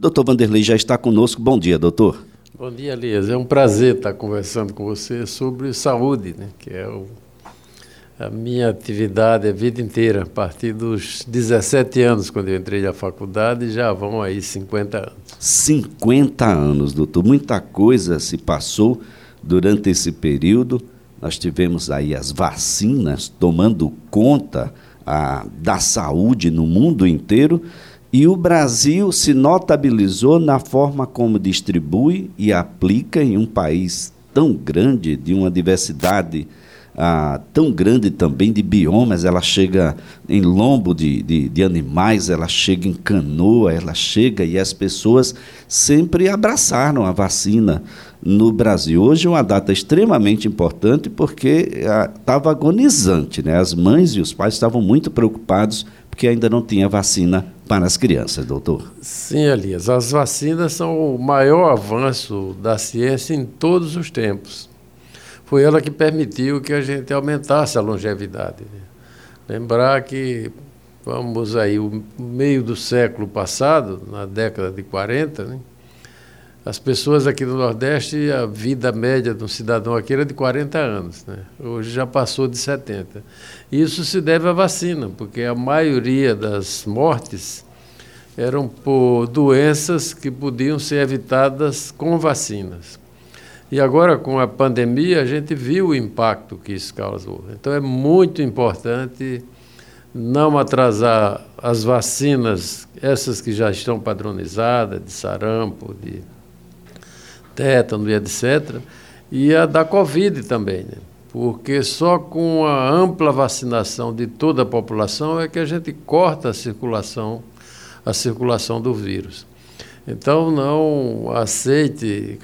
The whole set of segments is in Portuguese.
Doutor Vanderlei já está conosco. Bom dia, doutor. Bom dia, Elias. É um prazer estar conversando com você sobre saúde, né? Que é a minha atividade a vida inteira, a partir dos 17 anos, quando eu entrei na faculdade, já vão aí 50 anos. 50 anos, doutor. Muita coisa se passou durante esse período. Nós tivemos aí as vacinas tomando conta da saúde no mundo inteiro, e o Brasil se notabilizou na forma como distribui e aplica em um país tão grande, de uma diversidade tão grande também de biomas. Ela chega em lombo de animais, ela chega em canoa, ela chega, e as pessoas sempre abraçaram a vacina no Brasil. Hoje é uma data extremamente importante porque estava agonizante, né? As mães e os pais estavam muito preocupados porque ainda não tinha vacina para as crianças, doutor. Sim, Elias, as vacinas são o maior avanço da ciência em todos os tempos. Foi ela que permitiu que a gente aumentasse a longevidade, né? Lembrar que, vamos aí, o meio do século passado, na década de 40, né? As pessoas aqui no Nordeste, a vida média de um cidadão aqui era de 40 anos, né? Hoje já passou de 70. Isso se deve à vacina, porque a maioria das mortes eram por doenças que podiam ser evitadas com vacinas. E agora, com a pandemia, a gente viu o impacto que isso causou. Então, é muito importante não atrasar as vacinas, essas que já estão padronizadas, de sarampo, de tétano e etc., e a da Covid também, né? Porque só com a ampla vacinação de toda a população é que a gente corta a circulação do vírus. Então, não aceite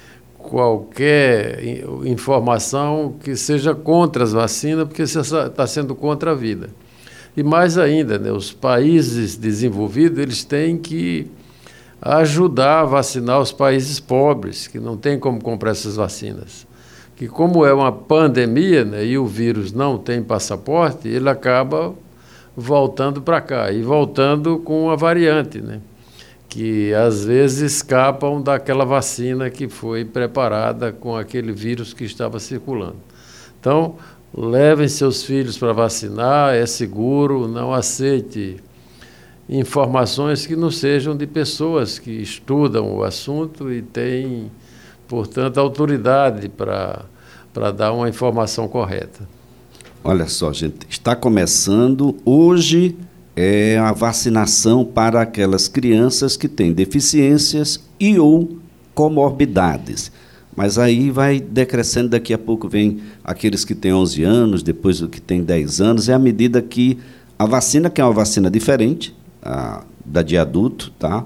qualquer informação que seja contra as vacinas, porque você está sendo contra a vida. E mais ainda, né, os países desenvolvidos, eles têm que ajudar a vacinar os países pobres, que não têm como comprar essas vacinas. Que como é uma pandemia, né, e o vírus não tem passaporte, ele acaba voltando para cá, e voltando com a variante, né, que às vezes escapam daquela vacina que foi preparada com aquele vírus que estava circulando. Então, levem seus filhos para vacinar, é seguro, não aceite informações que não sejam de pessoas que estudam o assunto e têm, portanto, autoridade para dar uma informação correta. Olha só, gente, está começando hoje a vacinação para aquelas crianças que têm deficiências e ou comorbidades. Mas aí vai decrescendo, daqui a pouco vem aqueles que têm 11 anos, depois o que tem 10 anos, à medida que a vacina, que é uma vacina diferente da de adulto, tá?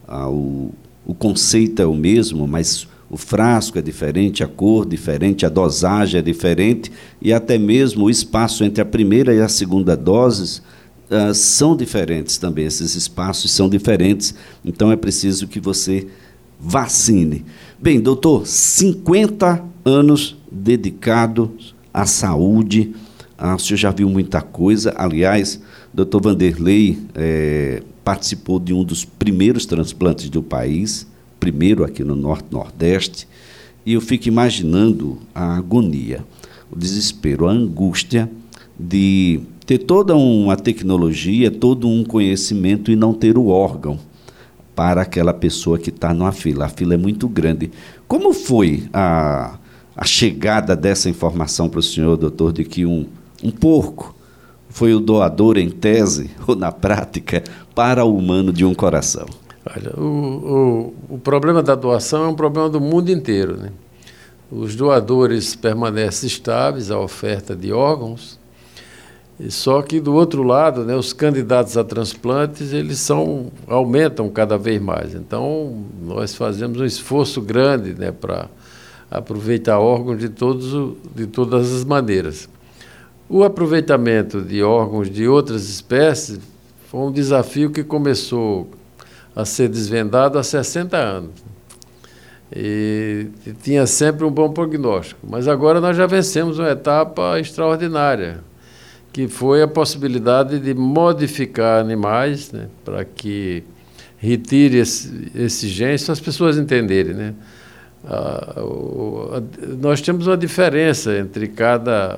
O conceito é o mesmo, mas o frasco é diferente, a cor diferente, a dosagem é diferente, e até mesmo o espaço entre a primeira e a segunda dose são diferentes também, esses espaços são diferentes, então é preciso que você vacine. Bem, doutor, 50 anos dedicados à saúde, o senhor já viu muita coisa. Aliás, doutor Vanderlei participou de um dos primeiros transplantes do país, primeiro aqui no Norte-Nordeste, e eu fico imaginando a agonia, o desespero, a angústia de ter toda uma tecnologia, todo um conhecimento e não ter o órgão para aquela pessoa que está numa fila. A fila é muito grande. Como foi a chegada dessa informação para o senhor, doutor, de que um porco foi o doador em tese, ou na prática, para o humano de um coração? Olha, o problema da doação é um problema do mundo inteiro, né? Os doadores permanecem estáveis à oferta de órgãos, só que do outro lado, né, os candidatos a transplantes, eles aumentam cada vez mais. Então, nós fazemos um esforço grande, né, para aproveitar órgãos de todas as maneiras. O aproveitamento de órgãos de outras espécies foi um desafio que começou a ser desvendado há 60 anos. E tinha sempre um bom prognóstico. Mas agora nós já vencemos uma etapa extraordinária, que foi a possibilidade de modificar animais, né, para que retire esse gene, para as pessoas entenderem, né? Nós temos uma diferença entre cada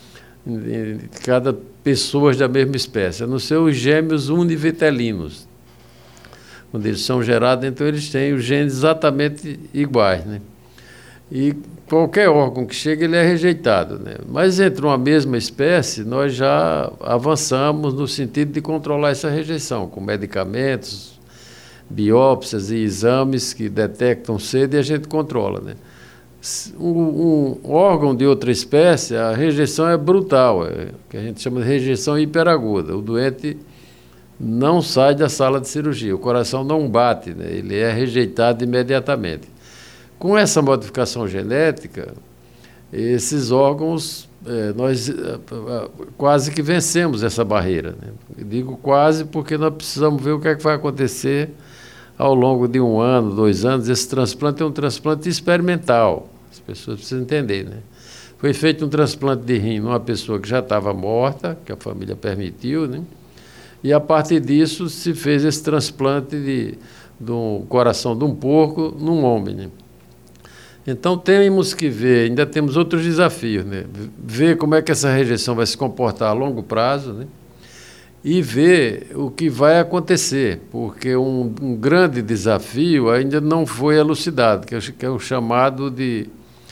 pessoas da mesma espécie, a não ser os gêmeos univitelinos. Quando eles são gerados, então eles têm os genes exatamente iguais, né? E qualquer órgão que chega, ele é rejeitado, né? Mas entre uma mesma espécie, nós já avançamos no sentido de controlar essa rejeição, com medicamentos, biópsias e exames que detectam cedo e a gente controla, né? Um órgão de outra espécie, a rejeição é brutal, que a gente chama de rejeição hiperaguda. O doente não sai da sala de cirurgia, o coração não bate, né? Ele é rejeitado imediatamente. Com essa modificação genética, esses órgãos, nós quase que vencemos essa barreira, né? Eu digo quase porque nós precisamos ver o que é que vai acontecer ao longo de 1 ano, 2 anos. Esse transplante é um transplante experimental, as pessoas precisam entender, né? Foi feito um transplante de rim numa pessoa que já estava morta, que a família permitiu, né? E a partir disso se fez esse transplante do coração de um porco num homem, né? Então temos que ver, ainda temos outros desafios, né? Ver como é que essa rejeição vai se comportar a longo prazo, né? E ver o que vai acontecer, porque um grande desafio ainda não foi elucidado, que é o chamado de...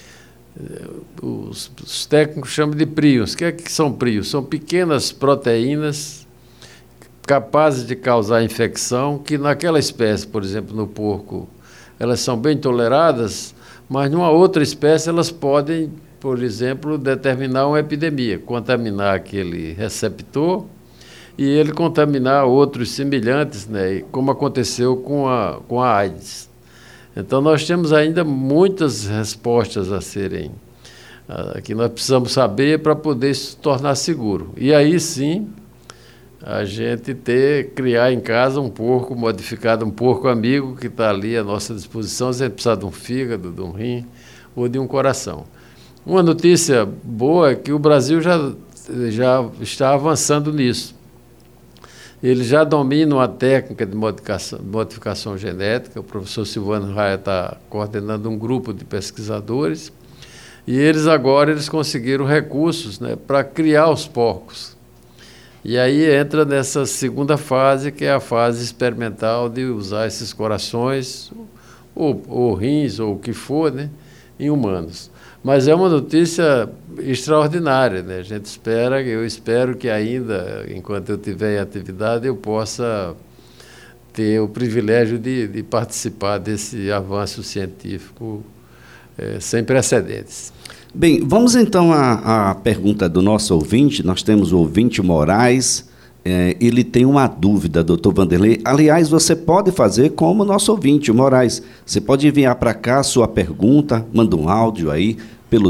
Os técnicos chamam de prions. O que é que são prions? São pequenas proteínas capazes de causar infecção, que naquela espécie, por exemplo, no porco, elas são bem toleradas, mas numa outra espécie elas podem, por exemplo, determinar uma epidemia, contaminar aquele receptor e ele contaminar outros semelhantes, né, como aconteceu com a AIDS. Então nós temos ainda muitas respostas a serem, que nós precisamos saber para poder se tornar seguro. E aí sim, a gente criar em casa um porco modificado, um porco amigo que está ali à nossa disposição, se a gente precisar de um fígado, de um rim ou de um coração. Uma notícia boa é que o Brasil já está avançando nisso. Ele já domina uma técnica de modificação genética, o professor Silvano Raia está coordenando um grupo de pesquisadores, e eles conseguiram recursos, né, para criar os porcos. E aí entra nessa segunda fase, que é a fase experimental de usar esses corações, ou rins, ou o que for, né, em humanos. Mas é uma notícia extraordinária, né? Eu espero que ainda, enquanto eu estiver em atividade, eu possa ter o privilégio de participar desse avanço científico sem precedentes. Bem, vamos então à pergunta do nosso ouvinte. Nós temos o ouvinte Moraes. Ele tem uma dúvida, doutor Vanderlei. Aliás, você pode fazer como o nosso ouvinte, o Moraes. Você pode enviar para cá a sua pergunta, manda um áudio aí pelo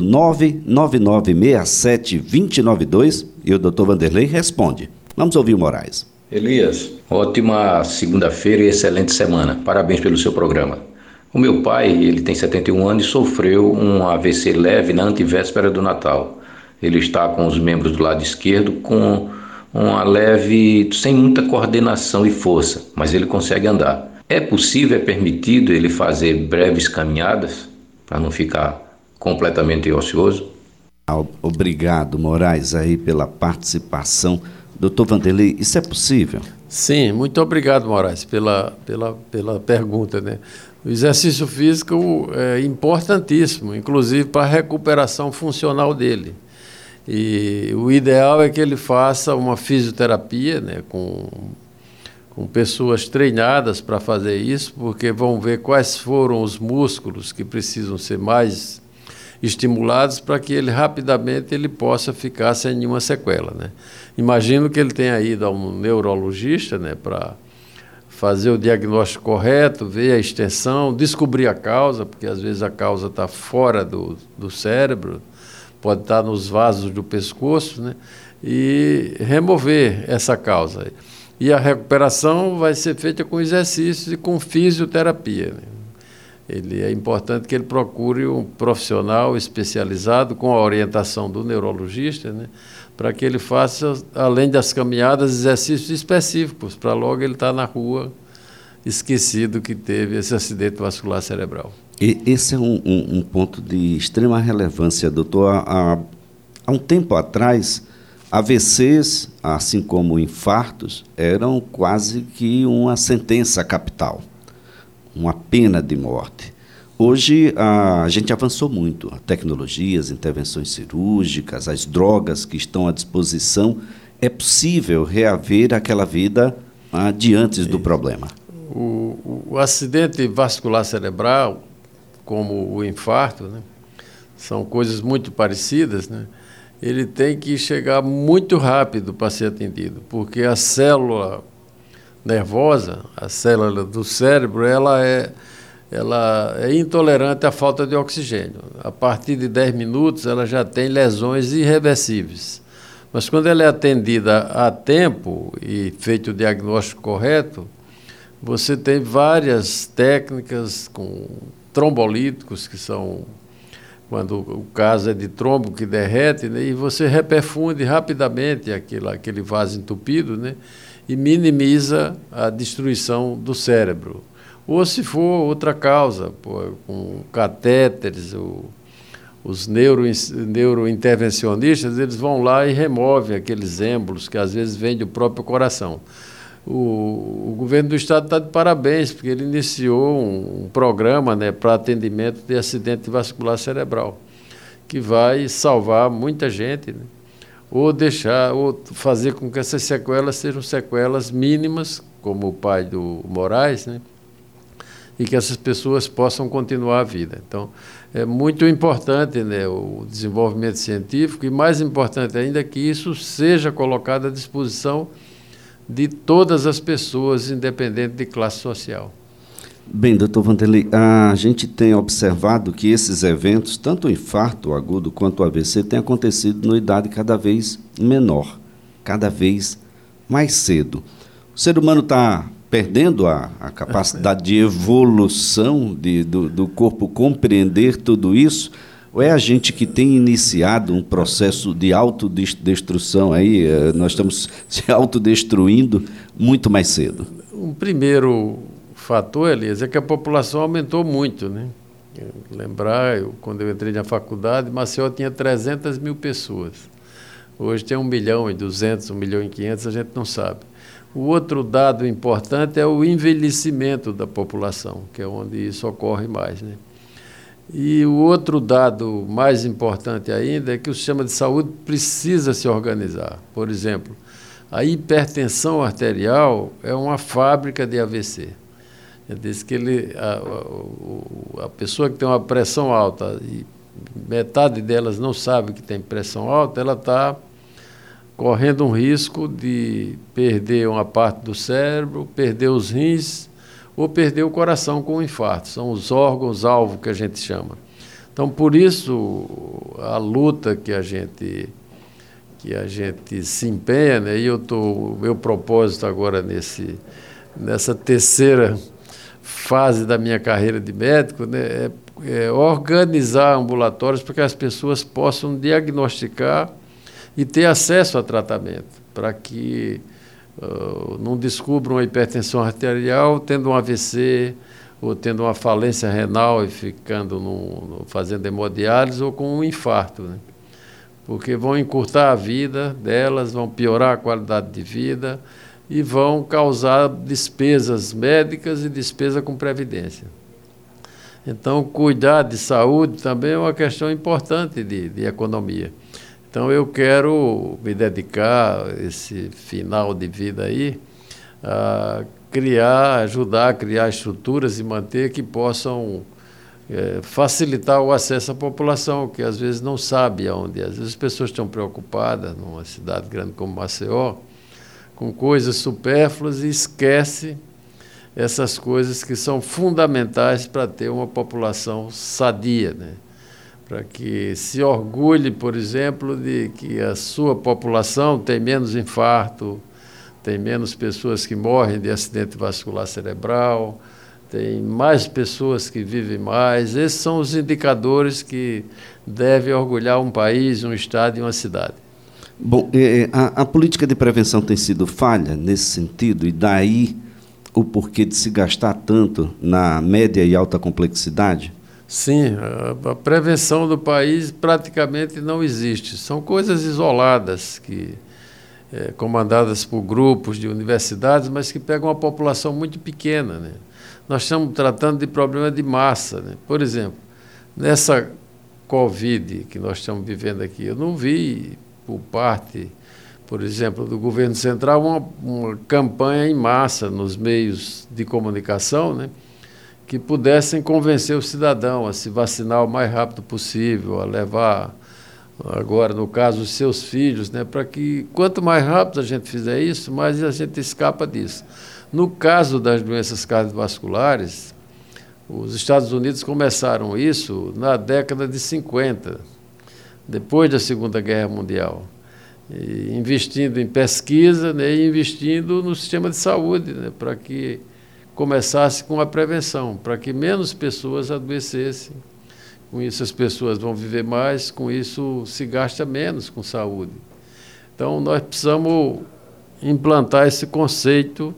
99967-2092 e o doutor Vanderlei responde. Vamos ouvir o Moraes. Elias, ótima segunda-feira e excelente semana. Parabéns pelo seu programa. O meu pai, ele tem 71 anos e sofreu um AVC leve na antevéspera do Natal. Ele está com os membros do lado esquerdo com uma leve, sem muita coordenação e força, mas ele consegue andar. É possível, é permitido ele fazer breves caminhadas para não ficar completamente ocioso? Obrigado, Moraes, aí pela participação. Doutor Vanderlei, isso é possível? Sim, muito obrigado, Moraes, pela pergunta, né? O exercício físico é importantíssimo, inclusive para a recuperação funcional dele. E o ideal é que ele faça uma fisioterapia, né, com pessoas treinadas para fazer isso, porque vão ver quais foram os músculos que precisam ser mais estimulados para que ele rapidamente possa ficar sem nenhuma sequela, né? Imagino que ele tenha ido a um neurologista, né, para fazer o diagnóstico correto, ver a extensão, descobrir a causa, porque às vezes a causa está fora do cérebro, pode estar nos vasos do pescoço, né, e remover essa causa. E a recuperação vai ser feita com exercícios e com fisioterapia, né? É importante que ele procure um profissional especializado com a orientação do neurologista, né, para que ele faça, além das caminhadas, exercícios específicos, para logo ele estar na rua esquecido que teve esse acidente vascular cerebral. E esse é um ponto de extrema relevância, doutor. Há um tempo atrás, AVCs, assim como infartos, eram quase que uma sentença capital, uma pena de morte. Hoje, a gente avançou muito. A tecnologia, as intervenções cirúrgicas, as drogas que estão à disposição, é possível reaver aquela vida diante do problema. O acidente vascular cerebral, como o infarto, né, são coisas muito parecidas, né? Ele tem que chegar muito rápido para ser atendido, porque a célula nervosa, a célula do cérebro, ela é intolerante à falta de oxigênio. A partir de 10 minutos, ela já tem lesões irreversíveis. Mas quando ela é atendida a tempo e feito o diagnóstico correto, você tem várias técnicas com trombolíticos, que são quando o caso é de trombo que derrete, né, e você reperfunde rapidamente aquele vaso entupido, né, e minimiza a destruição do cérebro. Ou se for outra causa, com catéteres, os neurointervencionistas, eles vão lá e removem aqueles êmbolos que às vezes vêm do próprio coração. O governo do estado está de parabéns, porque ele iniciou um programa, né, para atendimento de acidente vascular cerebral, que vai salvar muita gente, né, ou fazer com que essas sequelas sejam sequelas mínimas, como o pai do Moraes, né, e que essas pessoas possam continuar a vida. Então, é muito importante, né, o desenvolvimento científico, e mais importante ainda que isso seja colocado à disposição de todas as pessoas, independente de classe social. Bem, doutor Vanderlei, a gente tem observado que esses eventos, tanto o infarto agudo quanto o AVC, têm acontecido numa idade cada vez menor, cada vez mais cedo. O ser humano está perdendo a capacidade de evolução do corpo compreender tudo isso, ou é a gente que tem iniciado um processo de autodestruição aí, nós estamos se autodestruindo muito mais cedo? Um primeiro fator, Elias, é que a população aumentou muito, né? Quando eu entrei na faculdade, Maceió tinha 300 mil pessoas. Hoje tem 1.200.000, 1.500.000, a gente não sabe. O outro dado importante é o envelhecimento da população, que é onde isso ocorre mais, né? E o outro dado mais importante ainda é que o sistema de saúde precisa se organizar. Por exemplo, a hipertensão arterial é uma fábrica de AVC. Diz que a pessoa que tem uma pressão alta, e metade delas não sabe que tem pressão alta, ela está correndo um risco de perder uma parte do cérebro, perder os rins, ou perder o coração com um infarto. São os órgãos-alvo que a gente chama. Então, por isso, a luta que a gente se empenha, né? E o meu propósito agora nessa terceira fase da minha carreira de médico, né, é organizar ambulatórios para que as pessoas possam diagnosticar e ter acesso a tratamento, para que não descubram a hipertensão arterial tendo um AVC, ou tendo uma falência renal e fazendo hemodiálise, ou com um infarto, né? Porque vão encurtar a vida delas, vão piorar a qualidade de vida e vão causar despesas médicas e despesa com previdência. Então, cuidar de saúde também é uma questão importante de economia. Então, eu quero me dedicar, esse final de vida aí, a ajudar a criar estruturas e manter que possam facilitar o acesso à população, que às vezes não sabe aonde. Às vezes as pessoas estão preocupadas, numa cidade grande como Maceió, com coisas supérfluas e esquece essas coisas que são fundamentais para ter uma população sadia, né? Para que se orgulhe, por exemplo, de que a sua população tem menos infarto, tem menos pessoas que morrem de acidente vascular cerebral, tem mais pessoas que vivem mais. Esses são os indicadores que devem orgulhar um país, um estado e uma cidade. Bom, a política de prevenção tem sido falha nesse sentido, e daí o porquê de se gastar tanto na média e alta complexidade? Sim, a prevenção do país praticamente não existe. São coisas isoladas, comandadas por grupos de universidades, mas que pegam uma população muito pequena, né? Nós estamos tratando de problema de massa, né? Por exemplo, nessa Covid que nós estamos vivendo aqui, eu não vi, por parte, por exemplo, do governo central, uma campanha em massa nos meios de comunicação, né, que pudessem convencer o cidadão a se vacinar o mais rápido possível, a levar, agora, no caso, os seus filhos, né, para que, quanto mais rápido a gente fizer isso, mais a gente escapa disso. No caso das doenças cardiovasculares, os Estados Unidos começaram isso na década de 50, depois da Segunda Guerra Mundial, investindo em pesquisa, né, e investindo no sistema de saúde, né, para que começasse com a prevenção, para que menos pessoas adoecessem. Com isso as pessoas vão viver mais, com isso se gasta menos com saúde. Então nós precisamos implantar esse conceito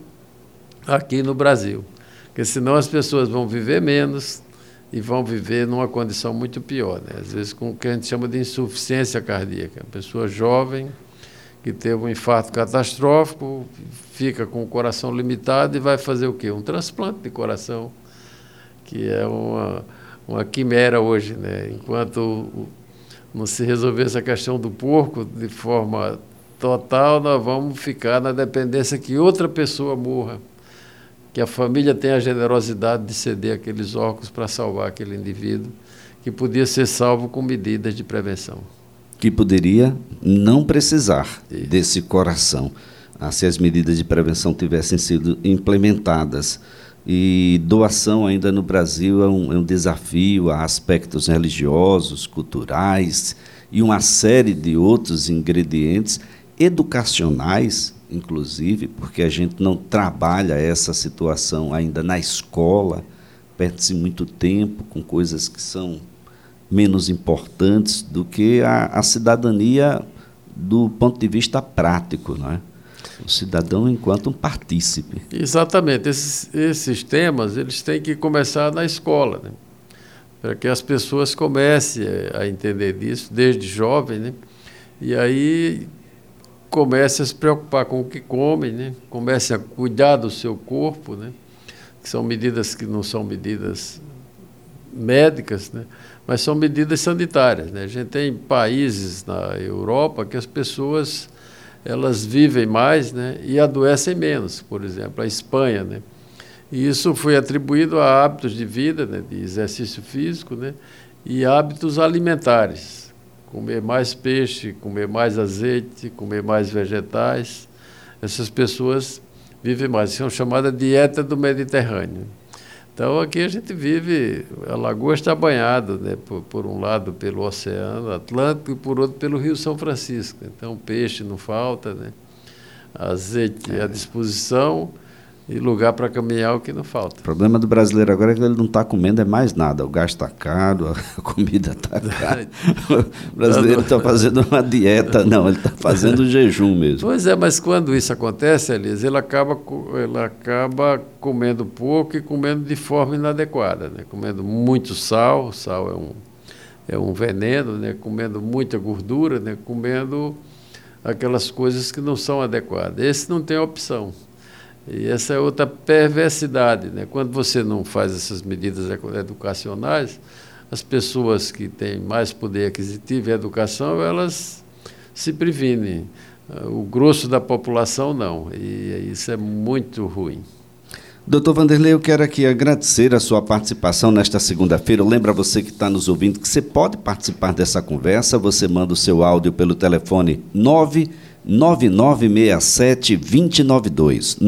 aqui no Brasil, porque senão as pessoas vão viver menos e vão viver numa condição muito pior, né? Às vezes com o que a gente chama de insuficiência cardíaca. Uma pessoa jovem que teve um infarto catastrófico, fica com o coração limitado e vai fazer o quê? Um transplante de coração, que é uma quimera hoje, né? Enquanto não se resolver essa questão do porco de forma total, nós vamos ficar na dependência que outra pessoa morra, que a família tenha a generosidade de ceder aqueles órgãos para salvar aquele indivíduo, que podia ser salvo com medidas de prevenção. Que poderia não precisar desse coração, se as medidas de prevenção tivessem sido implementadas. E doação ainda no Brasil é um desafio, há aspectos religiosos, culturais e uma série de outros ingredientes educacionais, inclusive, porque a gente não trabalha essa situação ainda na escola, perde-se muito tempo com coisas que são menos importantes do que a cidadania do ponto de vista prático, não é? O cidadão enquanto um partícipe. Exatamente. Esses temas eles têm que começar na escola, né? Para que as pessoas comecem a entender disso desde jovem, né? E aí comece a se preocupar com o que comem, né? Comece a cuidar do seu corpo, né? Que são medidas que não são medidas médicas, né? Mas são medidas sanitárias, né? A gente tem países na Europa que as pessoas elas vivem mais, né? E adoecem menos, por exemplo, a Espanha, né? E isso foi atribuído a hábitos de vida, né? De exercício físico, né? E hábitos alimentares. Comer mais peixe, comer mais azeite, comer mais vegetais. Essas pessoas vivem mais. Isso é uma chamada dieta do Mediterrâneo. Então, aqui a gente vive, a lagoa está banhada, né, por um lado pelo Oceano Atlântico e por outro pelo Rio São Francisco. Então, peixe não falta, né? Azeite à disposição e lugar para caminhar o que não falta. O problema do brasileiro agora é que ele não está comendo mais nada. O gás está caro, a comida está cara. O brasileiro está fazendo uma dieta, não, ele está fazendo um jejum mesmo. Pois é, mas quando isso acontece, Elisa, ele acaba comendo pouco e comendo de forma inadequada, né? Comendo muito sal, é um veneno, né? Comendo muita gordura, né? Comendo aquelas coisas que não são adequadas. Esse não tem opção. E essa é outra perversidade, né? Quando você não faz essas medidas educacionais, as pessoas que têm mais poder aquisitivo e educação, elas se previnem. O grosso da população não, e isso é muito ruim. Doutor Vanderlei, eu quero aqui agradecer a sua participação nesta segunda-feira. Lembra você que está nos ouvindo que você pode participar dessa conversa. Você manda o seu áudio pelo telefone 99967-2092.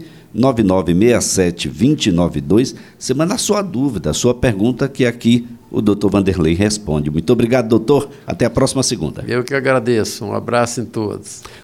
99967-2092. Você manda a sua dúvida, a sua pergunta, que aqui o doutor Vanderlei responde. Muito obrigado, doutor. Até a próxima segunda. Eu que agradeço. Um abraço em todos.